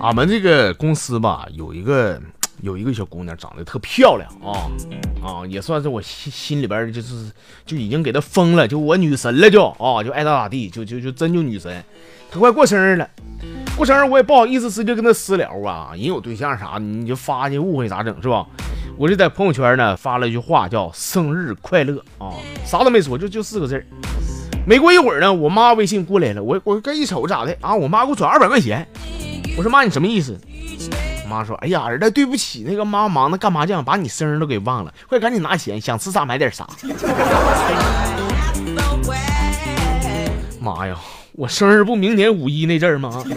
俺们这个公司吧，有一个小姑娘长得特漂亮也算是我心里边就已经给她封了，就我女神了就爱咋地，就真就女神。她快过生日了，过生日我也不好意思直接跟她私聊啊，人有对象啥的你就发去误会咋整是吧？我就在朋友圈呢发了一句话叫生日快乐啥都没说，就4个字。没过一会儿呢，我妈微信过来了，我刚一瞅咋的我妈给我转200块钱。我说妈你什么意思？我妈说哎呀儿子对不起，那个妈忙的干麻将把你生日都给忘了，快赶紧拿钱，想吃啥买点啥。妈呀，我生日不明年5·1那阵儿吗？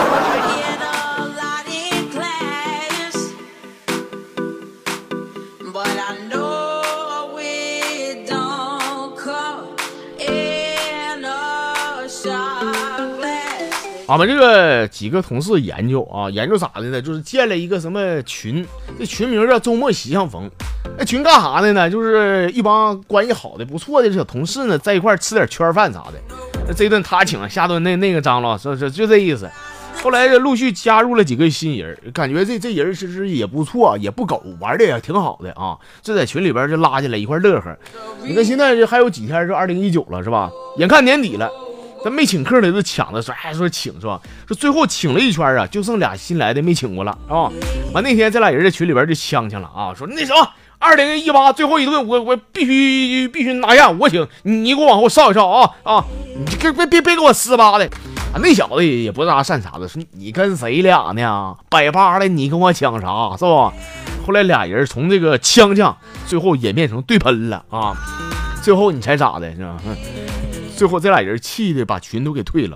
俺们这个几个同事研究咋的呢？就是建了一个什么群，这群名叫周末喜相逢。那群干啥的呢？就是一帮关系好的不错的小同事呢，在一块吃点圈饭啥的。那这顿他请，下顿那个张罗，就这意思。后来陆续加入了几个新人，感觉这人其实也不错，也不狗，玩的也挺好的就在群里边就拉进来一块乐呵。你看现在还有几天就2019了是吧？眼看年底了。咱没请客的就抢着说请是吧？说最后请了一圈就剩俩新来的没请过了完那天这俩人在群里边就呛了说那什么2018最后一顿我必须拿下，我请你给我往后稍一稍你别给我撕巴的那小子也不知道善茬子，说你跟谁俩呢？摆巴的你跟我抢啥是吧？后来俩人从这个呛最后演变成对喷了最后你猜咋的是吧？最后这俩人气的把群都给退了。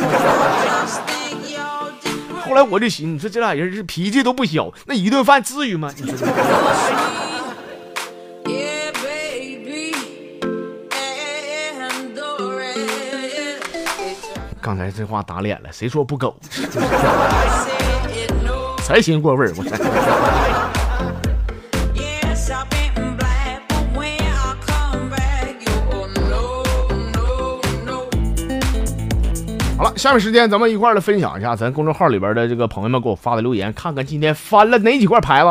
后来我就寻思，你说这俩人是脾气都不小，那一顿饭至于吗？你说刚才这话打脸了，谁说不狗？才嫌过味儿，我才。好了，下面时间咱们一块儿来分享一下咱公众号里边的这个朋友们给我发的留言，看看今天翻了哪几块牌子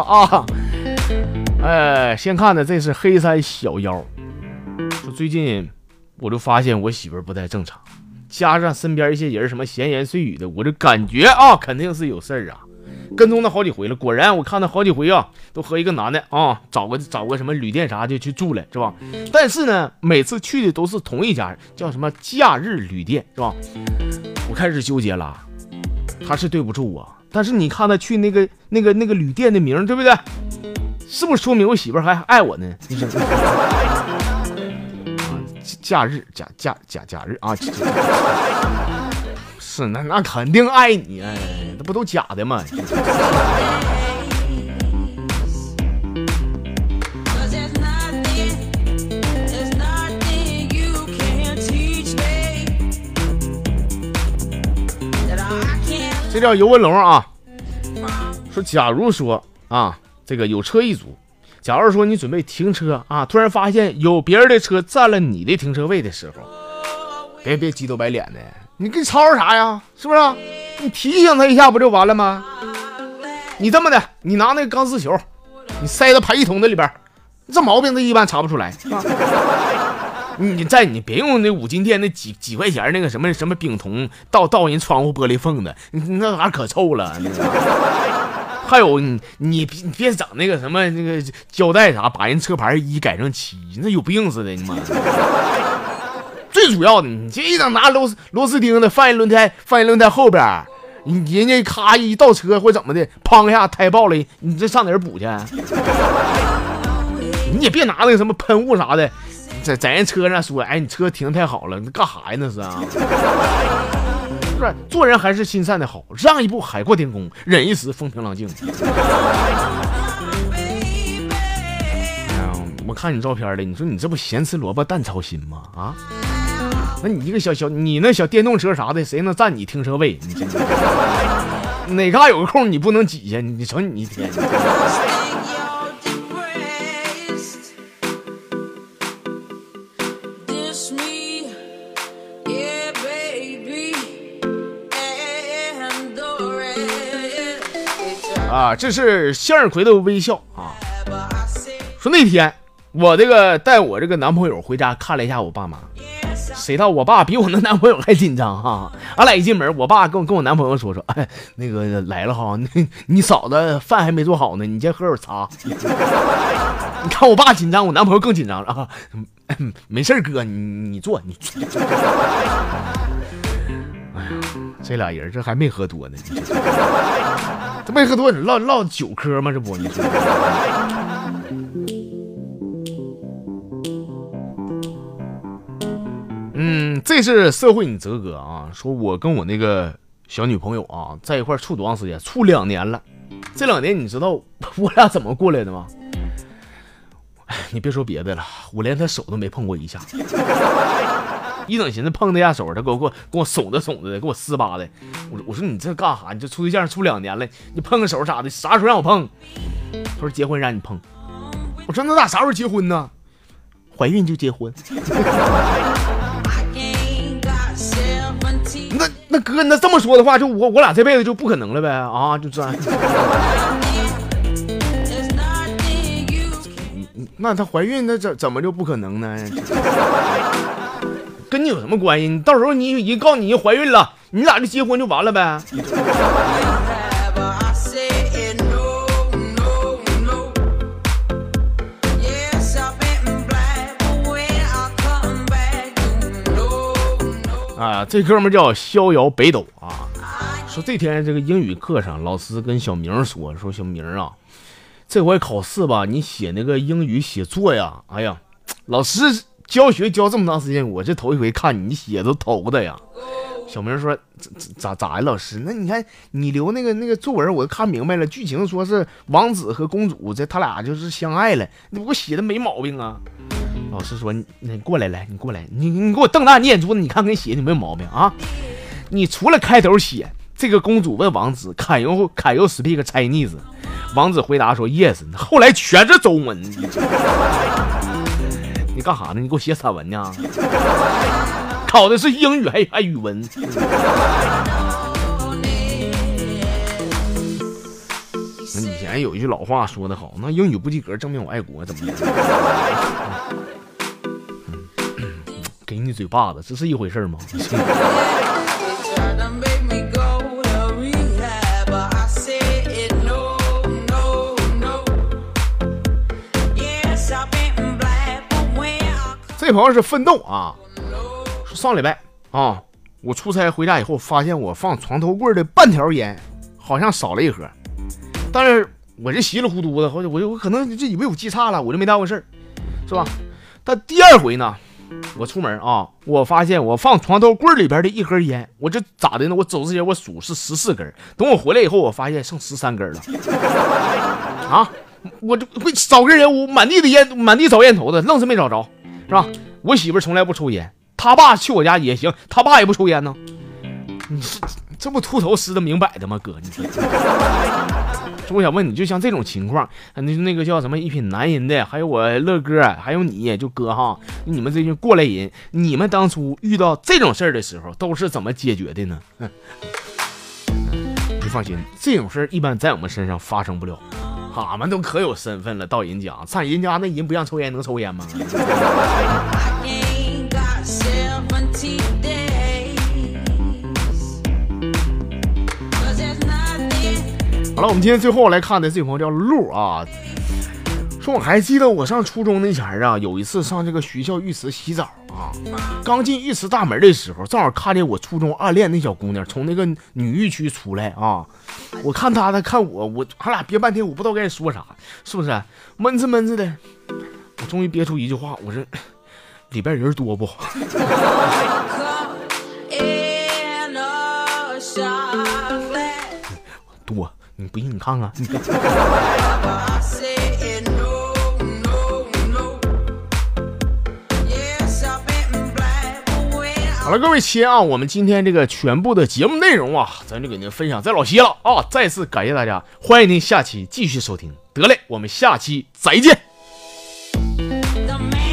先看的这是黑山小妖，说最近我就发现我媳妇儿不太正常，加上身边一些人什么闲言碎语的，我就感觉肯定是有事儿跟踪他好几回了，果然我看他好几回都和一个男的找个什么旅店啥就去住了是吧？但是呢每次去的都是同一家，叫什么假日旅店是吧？我开始纠结了，他是对不住我，但是你看他去那个旅店的名对不对？是不是说明我媳妇儿还爱我呢？你说假日是那肯定爱你那不都假的吗？这叫尤文龙说假如说这个有车一族，假如说你准备停车突然发现有别人的车占了你的停车位的时候，别鸡头白脸的，你给吵吵啥呀？是不是你提醒他一下不就完了吗？你这么的，你拿那个钢丝球你塞到排气筒的里边，这毛病他一般查不出来你别用那五金店那几块钱那个什么丙酮倒人窗户玻璃缝的，那玩意儿可臭了还有你别整那个什么那个胶带啥，把人车牌1改成7，那有病似的你妈最主要的，你这一整拿螺丝钉的放一轮胎后边，人家咔一倒车或怎么的，砰一下胎爆了，你这上哪儿补去？你也别拿那个什么喷雾啥的，在人车上说，哎，你车停太好了，你干啥呀？那是是不是？做人还是心善的好，让一步海阔天空，忍一时风平浪静。我看你照片了，你说你这不咸吃萝卜淡操心吗？那你一个你那小电动车啥的，谁能占你停车位？你哪嘎有个空你不能挤下？你瞅你一天。 啊，这是向日葵的微笑啊。说那天我这个带我这个男朋友回家看了一下我爸妈，谁道我爸比我那男朋友还紧张哈！俺俩一进门，我爸跟我男朋友说，哎，那个来了哈，你嫂子饭还没做好呢，你先喝会茶。你看我爸紧张，我男朋友更紧张了啊！没事哥，你坐。哎呀，这俩人这还没喝多呢，这没喝多，你唠酒嗑吗？这不你说？这是社会你泽哥啊，说我跟我那个小女朋友啊在一块处多长时间？处2年了。这2年你知道我俩怎么过来的吗？你别说别的了，我连她手都没碰过一下。一整寻思碰那下手，他给我怂着的，给我撕巴的。我说你这干啥？你这处对象处2年了，你碰个手啥的，啥时候让我碰？他说结婚让你碰。我说那咋啥时候结婚呢？怀孕就结婚。那哥，那这么说的话，就我俩这辈子就不可能了呗啊，就这。那她怀孕，那怎么就不可能呢？跟你有什么关系？你到时候你一告你怀孕了，你俩就结婚就完了呗。啊，这哥们叫逍遥北斗啊，说这天这个英语课上，老师跟小明说小明啊，这回考试吧，你写那个英语写作呀，哎呀，老师教学教这么长时间，我这头一回看你写都头的呀。小明说咋呀，老师？那你看你留那个作文，我都看明白了，剧情说是王子和公主他俩就是相爱了，你不写的没毛病啊。老师说你过来，你过来，你给我瞪大你眼珠子，你看你写的有没有毛病啊？你除了开头写这个公主问王子 Can you speak Chinese？ 王子回答说 Yes， 后来全是中文。你干啥呢？你给我写散文呢？考的是英语还语文。以前有一句老话说得好，那英语不及格证明我爱国，怎么样？给你嘴巴子，这是一回事吗？这朋友是奋斗啊，说上礼拜啊，我出差回家以后，发现我放床头柜的半条烟好像少了一盒，但是我这稀里糊涂的，我可能就以为我记差了，我就没当回事儿，是吧？但第二回呢，我出门啊，我发现我放床头柜里边的一盒烟，我这咋的呢？我走之前我数是14根，等我回来以后，我发现剩13根了。啊，我这会找根烟，我满地的烟，满地找烟头的，愣是没找着，是吧？我媳妇从来不抽烟，他爸去我家也行，他爸也不抽烟呢。你这不秃头撕的明摆的吗，哥？你说。我想问你，就像这种情况，那个叫什么一品男人的，还有我乐哥，还有你就哥哈，你们这群过来人，你们当初遇到这种事儿的时候都是怎么解决的呢？你放心，这种事儿一般在我们身上发生不了，俺们都可有身份了，到人家上人家那人不让抽烟能抽烟吗？好了，我们今天最后来看的这朋友叫鹿啊，说我还记得我上初中那前啊，有一次上这个学校浴池洗澡啊，刚进浴池大门的时候，正好看见我初中暗恋那小姑娘从那个女浴区出来啊，我看她，她看我，俺俩憋半天，我不知道该说啥，是不是？闷着的，我终于憋出一句话，我说里边人多不？多。你不信你看看，好了，各位亲啊，我们今天这个全部的节目内容啊，咱就给您分享在老些了啊！再次感谢大家，欢迎您下期继续收听。得嘞，我们下期再见。